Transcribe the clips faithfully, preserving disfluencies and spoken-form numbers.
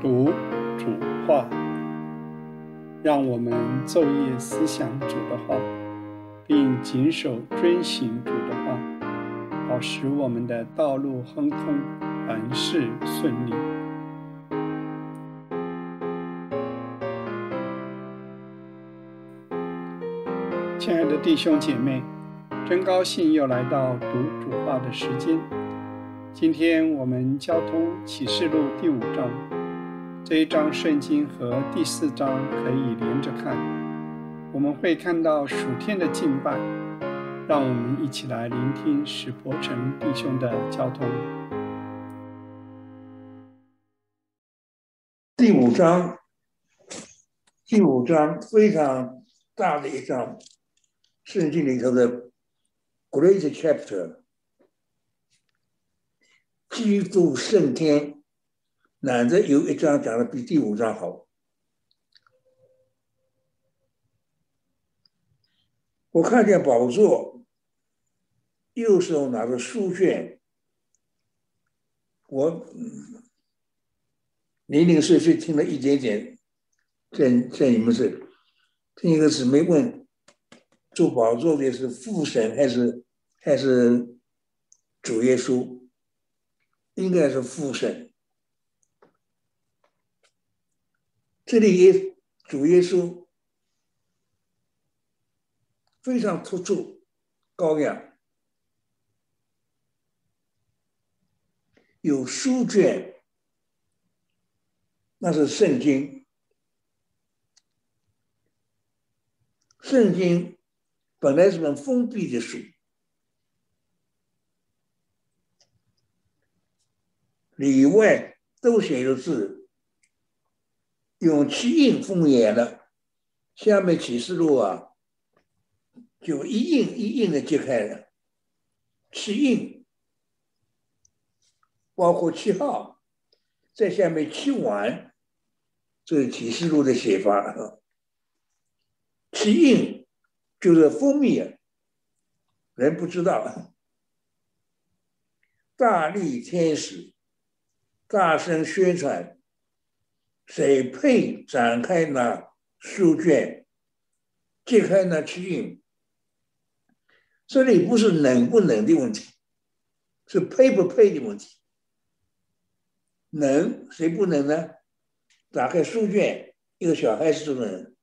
读主话，让我们昼夜思想主的话，并谨守遵行主的话，好使我们的道路亨通，凡事顺利。亲爱的弟兄姐妹，真高兴又来到读主话的时间。今天我们交通启示录第五章，这一章圣经和第四章可以连着看，我们会看到属天的敬拜。让我们一起来聆听史伯成弟兄的交通。 第五章，第五章非常大的一章，圣经里头的 Great Chapter， 基督升天，难得有一章讲的比第五章好。我看见宝座，右手拿着书卷，我零零碎碎听了一点点，在在你们这里，听一个姊妹问，做宝座的是父神还是还是主耶稣？应该是父神。这里也主耶稣非常突出，高雅，有书卷，那是圣经。圣经本来是本封闭的书，里外都写有字，用七印封严了。下面启示录啊，就一印一印的揭开了，七印包括七号，在下面七完，这是启示录的写法。七印就是封密，人不知道。大力天使大声宣传，谁配展开那书卷，揭开那七印？这里不是能不能的问题，是配不配的问题。能，谁不能呢？打开书卷，一个小孩子都能，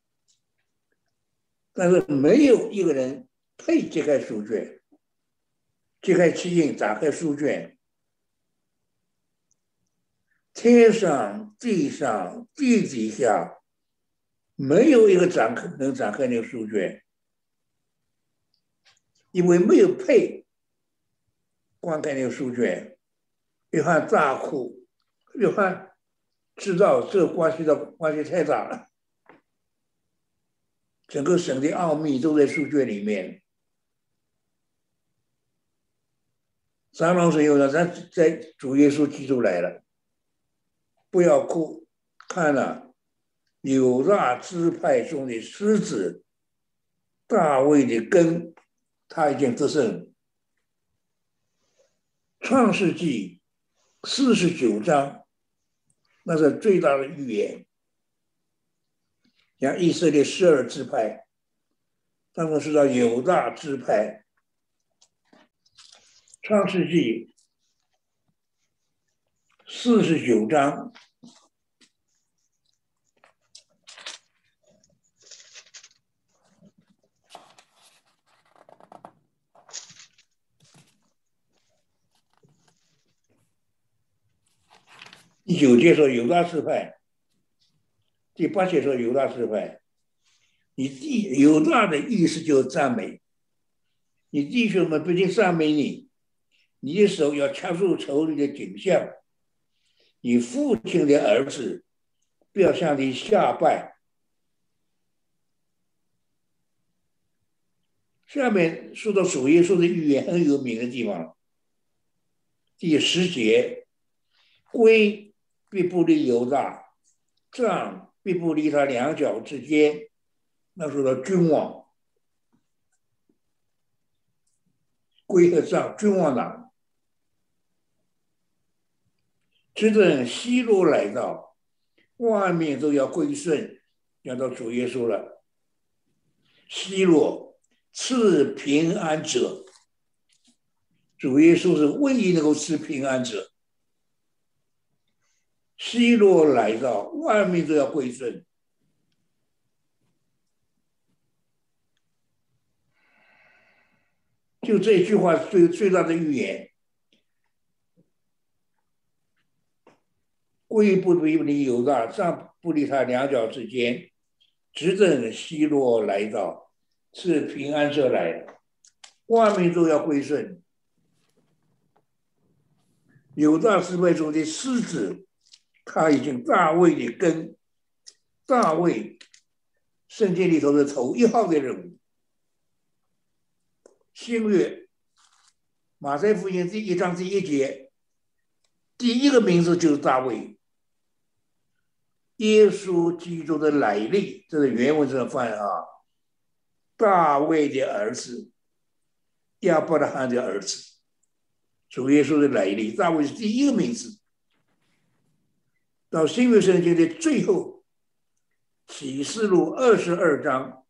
但是没有一个人配揭开书卷，揭开七印，打开书卷。天上、地上、地底下，没有一个展开能展开那个书卷，因为没有配观看那个书卷。约翰大哭，约翰知道这个关系的关系太大了，整个神的奥秘都在书卷里面。三郎神有了，咱在主耶稣基督来了，不要哭，看了犹大支派中的狮子，大卫的根，他已经得胜。创世纪四十九章，那是最大的预言。像以色列十二支派，他们是叫犹大支派。创世纪四十九章，第九节说犹大支派，第八节说犹大支派。你弟犹大的意思就是赞美，你弟兄们不仅赞美你，你的手要掐住仇敌的颈项，你父亲的儿子不要向你下拜。下面说到主耶稣的预言很有名的地方，第十节，圭必不离犹大，杖必不离他两脚之间。那说到君王，圭和杖，君王党。直等希罗来到， 万民都要归顺，讲到主耶稣了。希罗赐平安者，主耶稣是唯一能够赐平安者。希罗来到，万民都要归顺。就这句话最最大的预言，归不离犹大，上不离他两脚之间，直等希罗来到，是平安者来的，万民都要归顺。犹大支派中的狮子，他已经大卫的根，大卫圣经里头的头一号的人物。新约马太福音第一章第一节，第一个名字就是大卫。耶稣基督的来历，这是原文这么翻啊，大卫的儿子，亚伯拉罕的儿子，主耶稣的来历，大卫是第一个名字。到新约圣经的最后，启示录二十二章，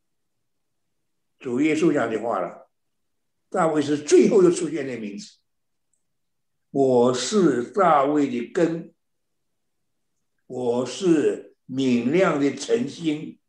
主耶稣讲的话了。大卫是最后又出现的名字，我是大卫的根，我是明亮的晨星。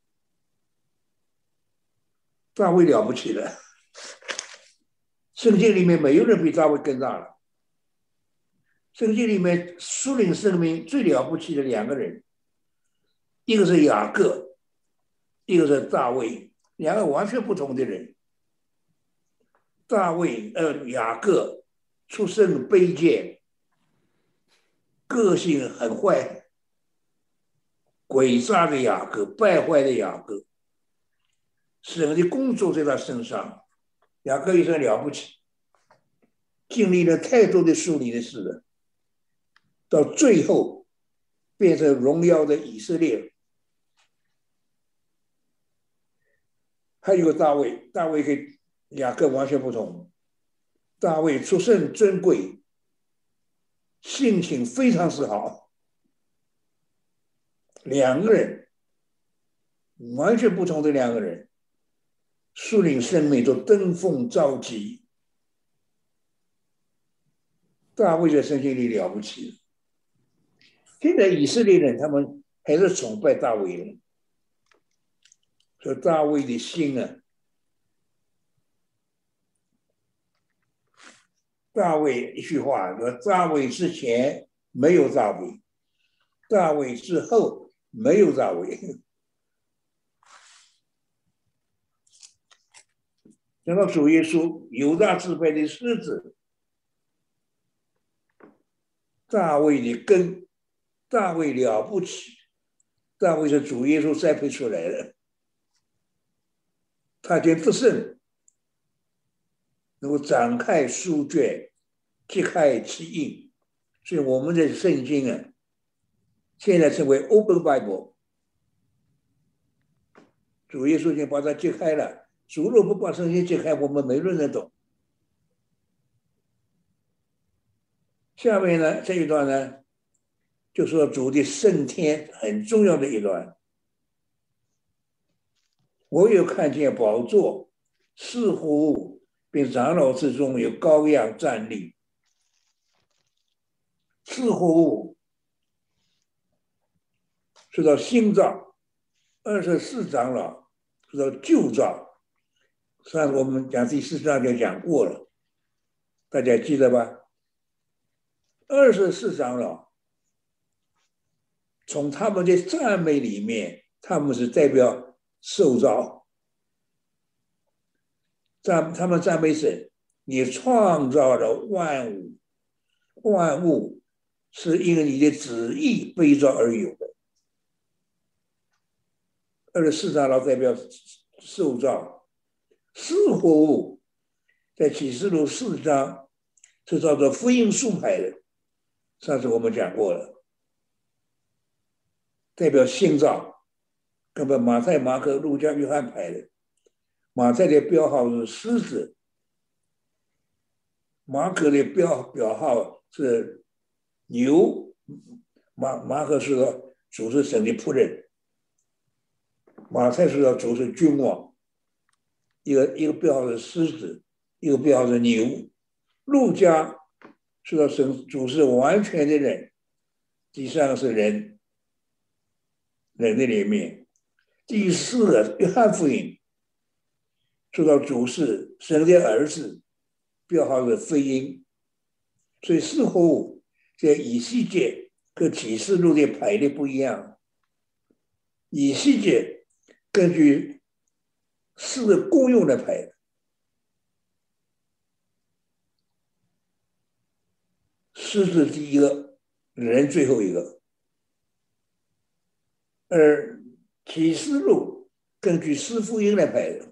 大卫了不起了，圣经里面没有人比大卫更大了。圣经里面属灵生命最了不起的两个人，一个是雅各，一个是大卫，两个完全不同的人。大卫呃雅各出身卑贱，个性很坏，诡诈的雅各，败坏的雅各，神的工作在他身上。雅各一生了不起，经历了太多的属灵的事了，到最后变成荣耀的以色列。还有大卫，大卫跟雅各完全不同。大卫出身尊贵，性情非常之好，两个人完全不同的两个人，属灵生命都登峰造极。大卫在圣经里了不起，现在以色列人他们还是崇拜大卫人，说大卫的心啊，大卫一句话说：大卫之前没有大卫，大卫之后没有大卫。讲到主耶稣，犹大支派的狮子，大卫的根，大卫了不起，大卫是主耶稣栽培出来的，他将得胜，能够展开书卷，揭开其印。所以我们的圣经啊，现在称为 Open Bible， 主耶稣已经把它揭开了。主若不把圣经揭开，我们没人能懂。下面呢这一段呢，就说主的升天很重要的一段。我有看见宝座、四活物并长老之中有羔羊站立。四活物说到新造，二十四长老说到旧造。上次我们讲第四章就讲过了，大家记得吧？二十四长老从他们的赞美里面，他们是代表受造，赞他们赞美神，你创造了万物，万物是因为你的旨意被造而有的。二十四长老代表受造。四活物在启示录四章是照着福音书排的，上次我们讲过了，代表新造，根本马太、马可、路加、约翰排的。马太的标号是狮子，马可的标标号是牛，马马可是主是神的仆人。马太说到主是君王，一个一个标的狮子，一个标的牛。路加说到神主是完全的人，第三个是人，人的里面。第四个约翰福音说到主是神的儿子，标号是福音。所以似乎在以西结和启示录的排列不一样。以西结根据四个功用来排的，狮子第一个，人最后一个。而启示录根据四福音来排的，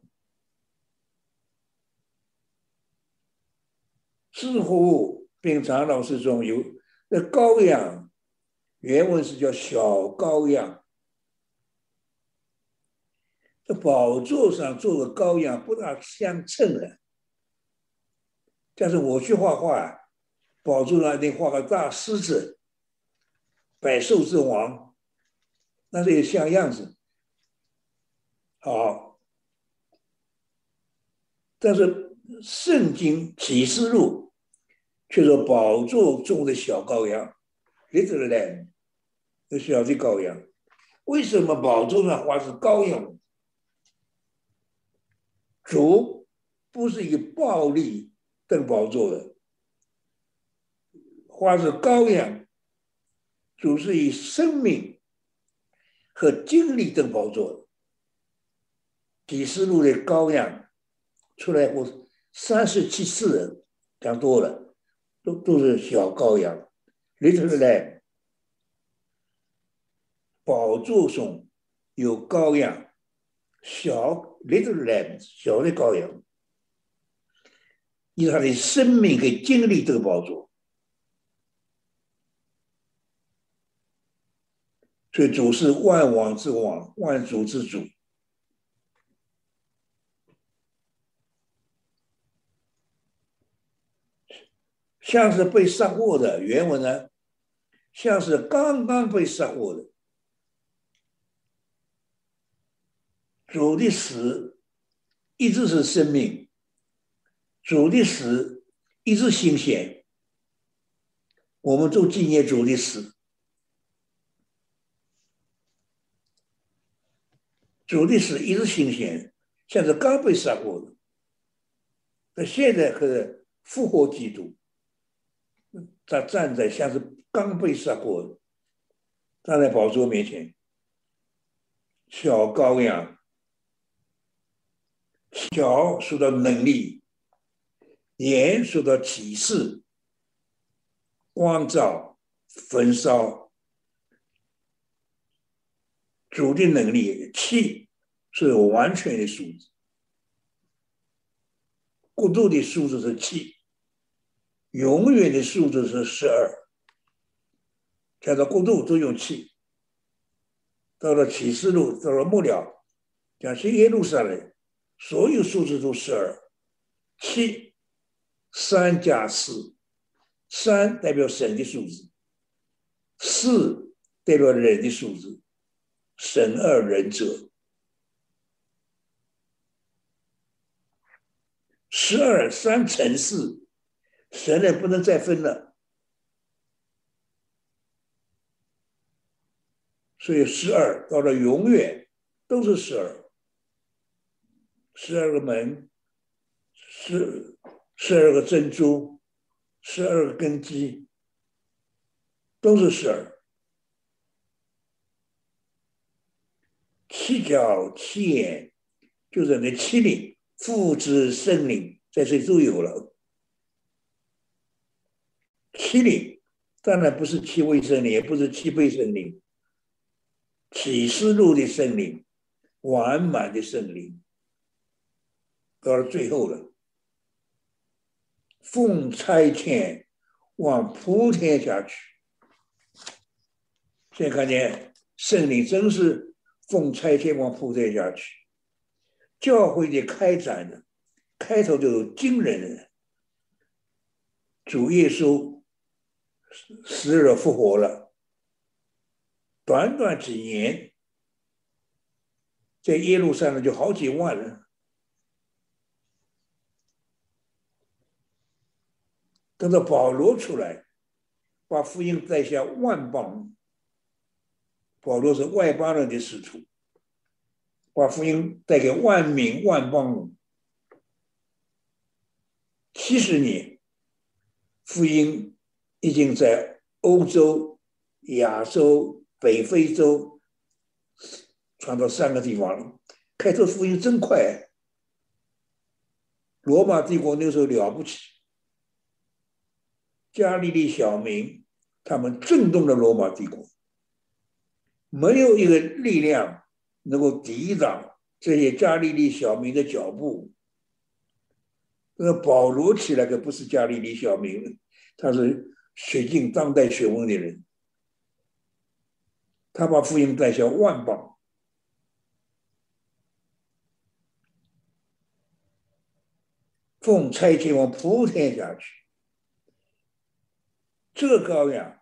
似乎并长老师中有那羔羊，原文是叫小羔羊。这宝座上做个羔羊不大相称的，但是我去画画，宝座上一定画个大狮子，百兽之王，那是也像样子。好，但是圣经启示录却说宝座中的小羔羊 ，little lamb， 那小的羔羊。为什么宝座上画是羔羊？主不是以暴力登宝座的，画是羔羊，主是以生命和精力登宝座的。启示录的羔羊出来后三十七次，讲多了，都都是小羔羊 ，little lamb。宝座上有羔羊，小 little lamb， 小的羔羊，以他的生命和精力登宝座。所以主是万王之王，万主之主。像是被杀过的，原文呢，像是刚刚被杀过的。主的死一直是生命，主的死一直新鲜。我们都纪念主的死。主的死一直新鲜，像是刚被杀过的。那现在和复活基督，他站在像是刚被杀过的，站在宝座面前，小羔羊。小说到能力，言说到启示，光照、焚烧，主的能力，气是有完全的数字，国度的数字是七，永远的数字是十二。讲到国度都用七，到了启示录，到了末了，讲是耶路撒冷，所有数字都十二，七三加四，三代表神的数字，四代表人的数字，神二人者。十二三乘四，神人不能再分了，所以十二到了永远都是十二，十二个门，十十二个珍珠，十二个根基，都是十二。七角七眼，就是那七灵，父子圣灵在这里都有了。七灵当然不是七位圣灵，也不是七倍圣灵，启示录的圣灵，完满的圣灵，到了最后了，奉差遣往普天下去。现在看见圣灵真是奉差遣往普天下去。教会的开展呢，开头就有惊人的，主耶稣死而复活了， 短短几年，在耶路撒冷就好几万人。等到保罗出来，把福音带向万邦。保罗是外邦人的使徒，把福音带给万民万邦。七十年，福音已经在欧洲、亚洲、北非洲传到三个地方了。开拓福音真快。罗马帝国那时候了不起，加利利小民他们震动了罗马帝国，没有一个力量能够抵挡这些加利利小民的脚步。那保罗起来可不是加利利小民，他是学尽当代学问的人，他把福音带向万邦。奉差遣往普天下去。这羔羊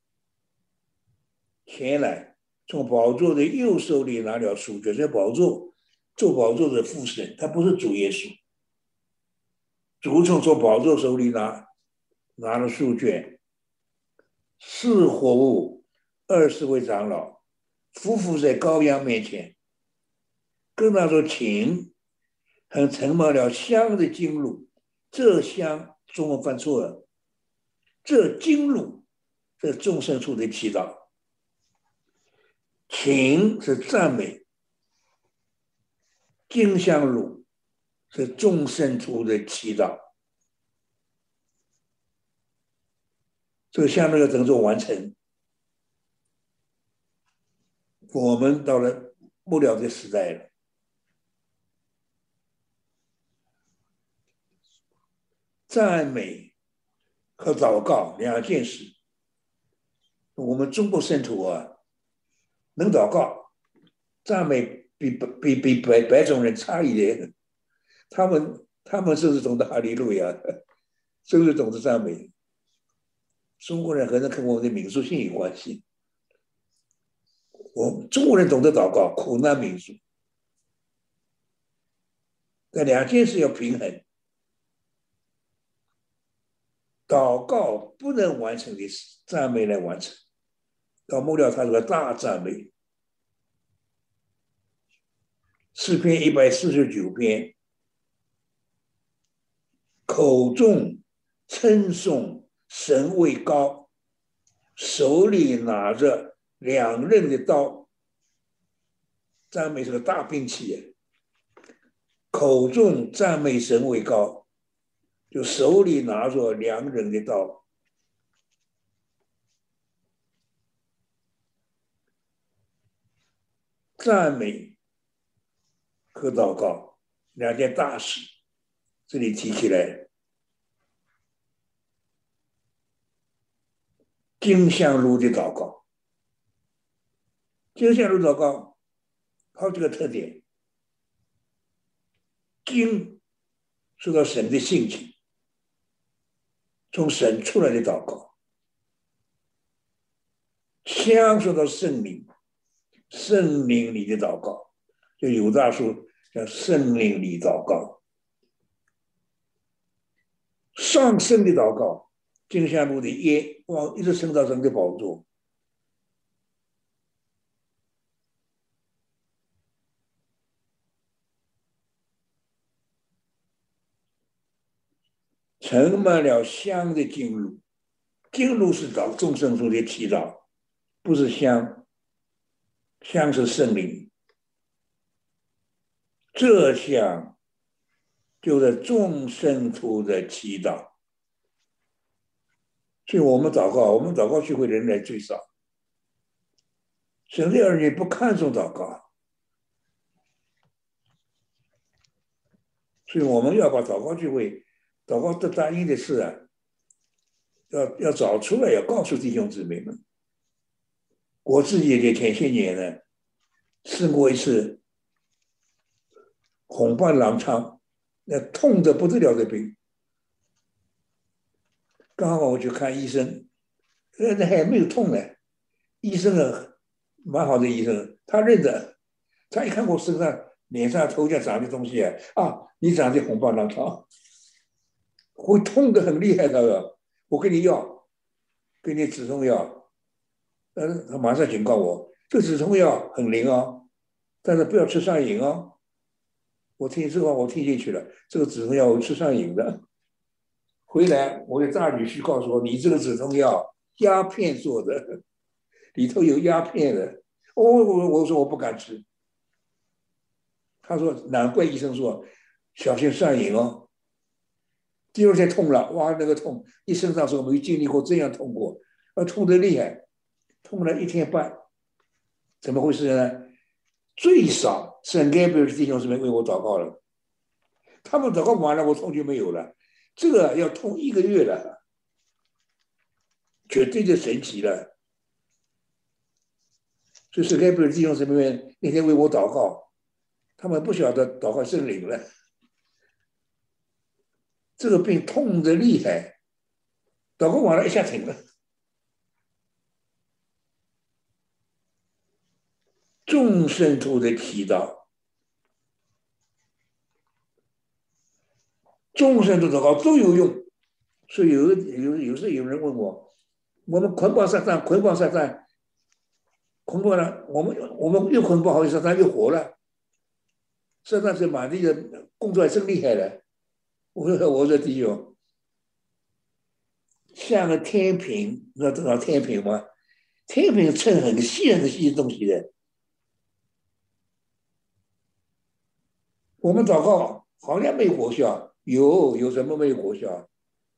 前来，从宝座的右手里拿了书卷，这宝座做宝座的父神，他不是主耶稣。主从从宝座手里拿拿了书卷，四活物二十位长老匍匐在羔羊面前，跟他说：“请。”很盛满了香的金露，这香中文翻错了，这金露是众生处的祈祷，请是赞美，金香露是众生处的祈祷。这个香露要怎么做完成？我们到了末了的时代了。赞美和祷告两件事，我们中国圣徒啊，能祷告，赞美比比比白白种人差一点。他们他们就是懂得哈利路亚，就是懂得赞美。中国人可能跟我们的民族性有关系。我们中国人懂得祷告，苦难民族。但两件事要平衡。祷告不能完成的事，赞美来完成。到末了，他是个大赞美。诗篇一百四十九篇，口中称颂神位高，手里拿着两刃的刀。赞美是个大兵器，口中赞美神位高，就手里拿着两刃的刀。赞美和祷告两件大事，这里提起来。金香炉的祷告，金香炉祷告好几个特点。金说到神的性情，从神出来的祷告。香说到圣灵，圣灵里的祷告，就犹大书叫圣灵里祷告。上升的祷告，金香炉的烟往一直升到神的宝座。盛满了香的金炉，金炉是祷众生处的祈祷，不是香，香是圣灵。这香就是众生处的祈祷。所以我们祷告，我们祷告聚会人来最少。神的儿女不看重祷告，所以我们要把祷告聚会、祷告得答应的事啊，要要找出来，要告诉弟兄姊妹们。我自己的前些年呢，试过一次红斑狼疮，那痛得不得了的病。刚好我去看医生，那还没有痛呢。医生啊， 蛮好的医生，他认得，他一看我身上、脸上、头上长的东西啊，啊，你长的红斑狼疮，会痛的很厉害的，我给你药，给你止痛药，呃，他马上警告我，这止痛药很灵哦，但是不要吃上瘾哦。我听这话我听进去了，这个止痛药我吃上瘾的。回来我的大女婿告诉我，你这个止痛药鸦片做的，里头有鸦片的。哦，我我说我不敢吃。他说难怪医生说小心上瘾哦。第二天痛了，哇，那个痛，一身上说没经历过这样痛过，啊，痛得厉害，痛了一天半。怎么回事呢？最少圣盖贝尔弟兄姊妹为我祷告了，他们祷告完了，我痛就没有了。这个要痛一个月了，绝对的神奇了。所以圣盖贝尔弟兄姊妹那天为我祷告，他们不晓得祷告圣灵了。这个病痛得厉害，祷告完了一下停了。众圣徒的祈祷，众圣徒祷告都有用。所以有有有时有人问我，我们捆绑撒旦，捆绑撒旦，捆绑了，我们我们又捆绑好，撒旦又活了。撒旦是满地的工作还真厉害了。我说我说弟兄，像个天平，你知道多少天平吗？天平称很细很细的东西的。我们祷告好像没活效，有有什么没有活效？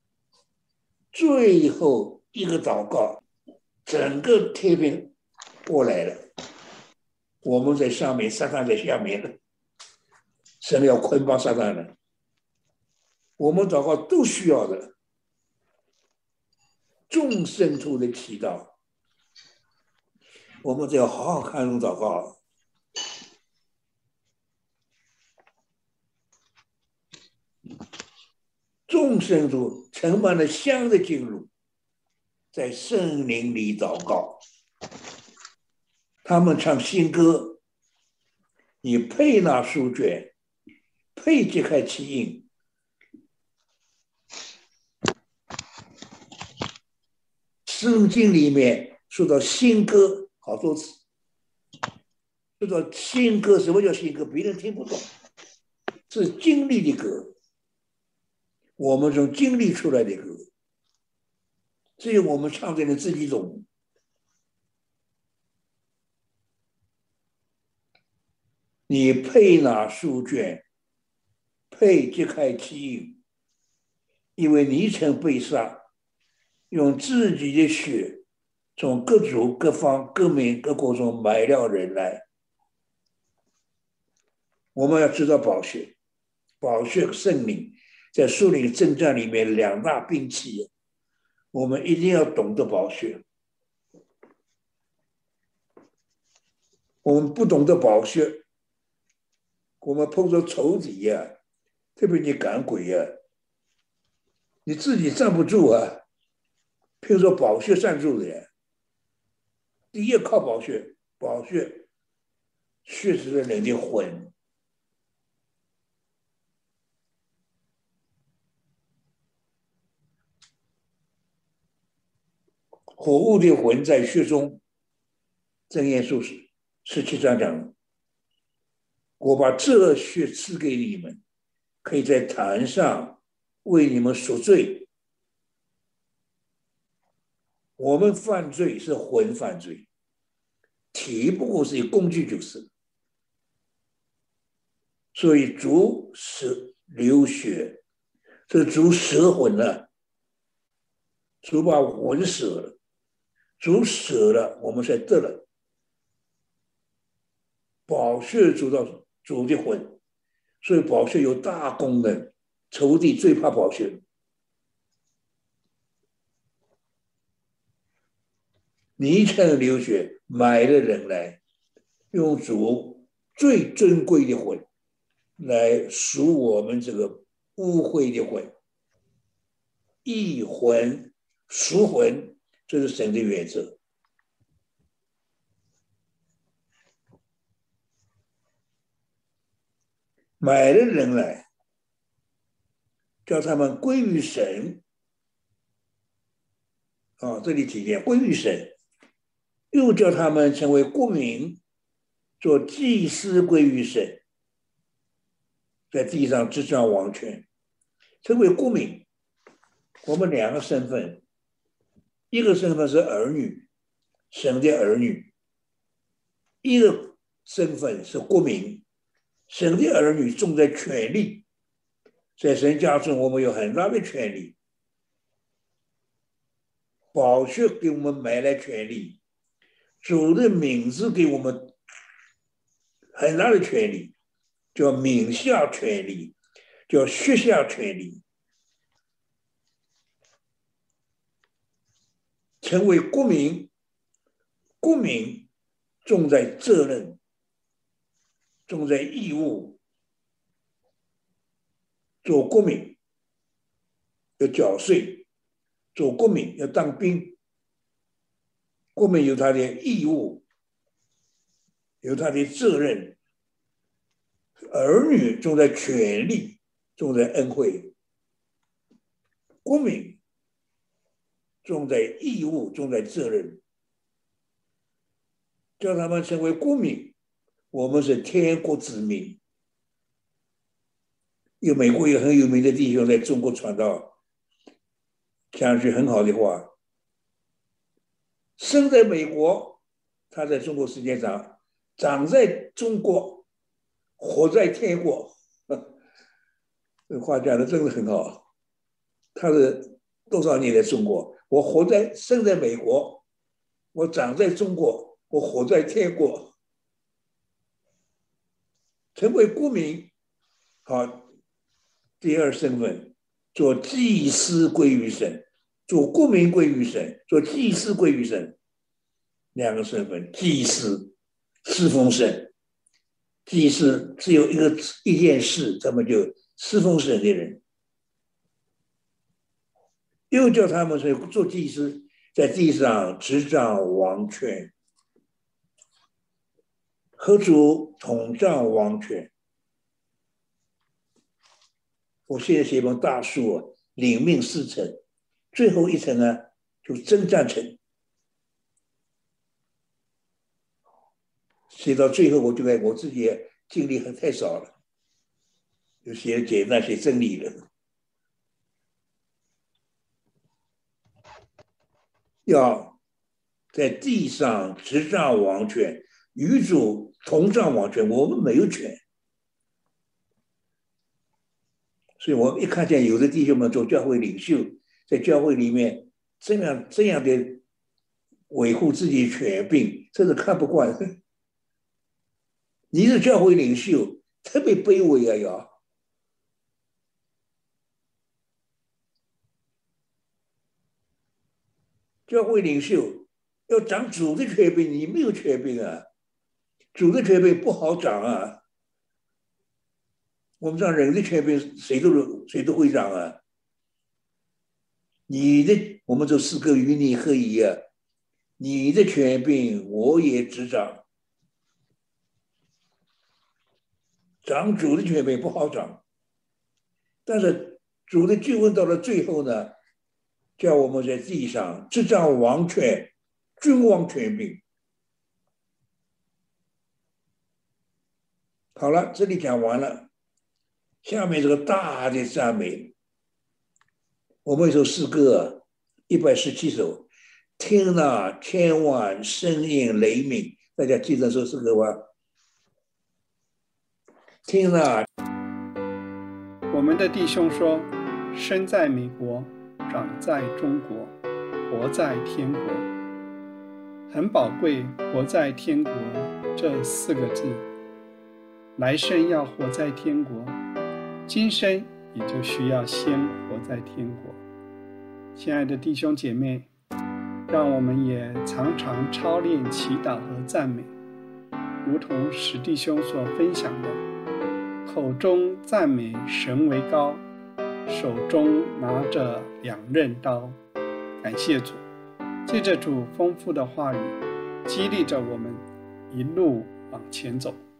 最后一个祷告，整个天平过来了，我们在上面，撒旦在下面了。神要捆绑撒旦了，我们祷告都需要的。众圣徒的祈祷，我们只要好好看重祷告。众圣徒盛满了香的进入，在圣灵里祷告。他们唱新歌，你配那书卷，配揭开其印。圣经里面说到新歌好多次，说到新歌，什么叫新歌？别人听不懂，是经历的歌，我们从经历出来的歌，只有我们唱的人自己懂。你配拿书卷，配揭开其印，因为你曾被杀，用自己的血从各族各方各民各国中买了人来。我们要知道宝血，宝血和圣灵在树林征战里面两大兵器，我们一定要懂得宝血。我们不懂得宝血，我们碰着仇敌呀、啊，特别你赶鬼呀、啊，你自己站不住啊，譬如说宝血站住的人，第一靠宝血，宝血血是人的魂。火物的魂在血中，箴言书十七章讲，我把这血赐给你们，可以在坛上为你们赎罪。我们犯罪是魂犯罪，体不过是一个工具就是。所以主是流血，这主舍魂了，主把魂舍了，主舍了，我们才得了。宝血主到主的魂，所以宝血有大功能，仇敌最怕宝血。你曾流血买了人来，用主最珍贵的魂来赎我们这个污秽的魂，义魂赎魂，这是神的原则。 买了人来，叫他们归于神。啊，这里体现归于神，又叫他们成为国民，做祭司归于神，在地上执掌王权，成为国民。我们两个身份，一个身份是儿女，神的儿女；一个身份是国民，神的儿女重在权利，在神家中我们有很大的权利。宝血给我们买来权利，主的名字给我们很大的权利，叫名下权利，叫血下权利。成为国民，国民重在责任，重在义务。做国民要缴税，做国民要当兵，国民有他的义务，有他的责任。儿女重在权利，重在恩惠。国民重在义务，重在责任。叫他们成为国民，我们是天国子民。有美国有很有名的弟兄在中国传道，讲句很好的话：生在美国，他在中国世界上；长在中国，活在天国。这话讲的真的很好。他是多少年在中国？我活在生在美国，我长在中国，我活在天国。成为国民，好。第二身份，做祭司归于神，做国民归于神，做祭司归于神。两个身份，祭司侍奉神，祭司只有一个一件事，他们就侍奉神的人。又叫他们是做祭司，在地上执掌王权，和主统掌王权。我现在写一本大书啊，领命四层，最后一层呢就征战层。写到最后，我就在我自己经历很太少了，就写简单写真理了。要在地上执掌王权，与主同掌王权，我们没有权。所以我一看见有的弟兄们做教会领袖，在教会里面这样这样的维护自己权柄，真是看不惯。你是教会领袖，特别卑微啊！要教会领袖要掌主的权柄，你没有权柄啊，主的权柄不好掌啊。我们讲人的权柄，谁都谁都会掌啊。你的，我们这四个与你合一啊，你的权柄我也执掌。掌主的权柄不好掌，但是主的救恩到了最后呢，叫我们在地上执掌王权、君王权柄。好了，这里讲完了。下面这个大的赞美，我们有首诗歌一百十七首，听那千万声音雷鸣，大家记得这首诗歌吗？听那， 我们的弟兄说，生在美国，长在中国，活在天国。很宝贵，活在天国这四个字。来生要活在天国，今生也就需要先活在天国。亲爱的弟兄姐妹，让我们也常常操练祈祷和赞美，如同史弟兄所分享的，口中赞美神为高，手中拿着两刃刀，感谢主。借着主丰富的话语，激励着我们一路往前走。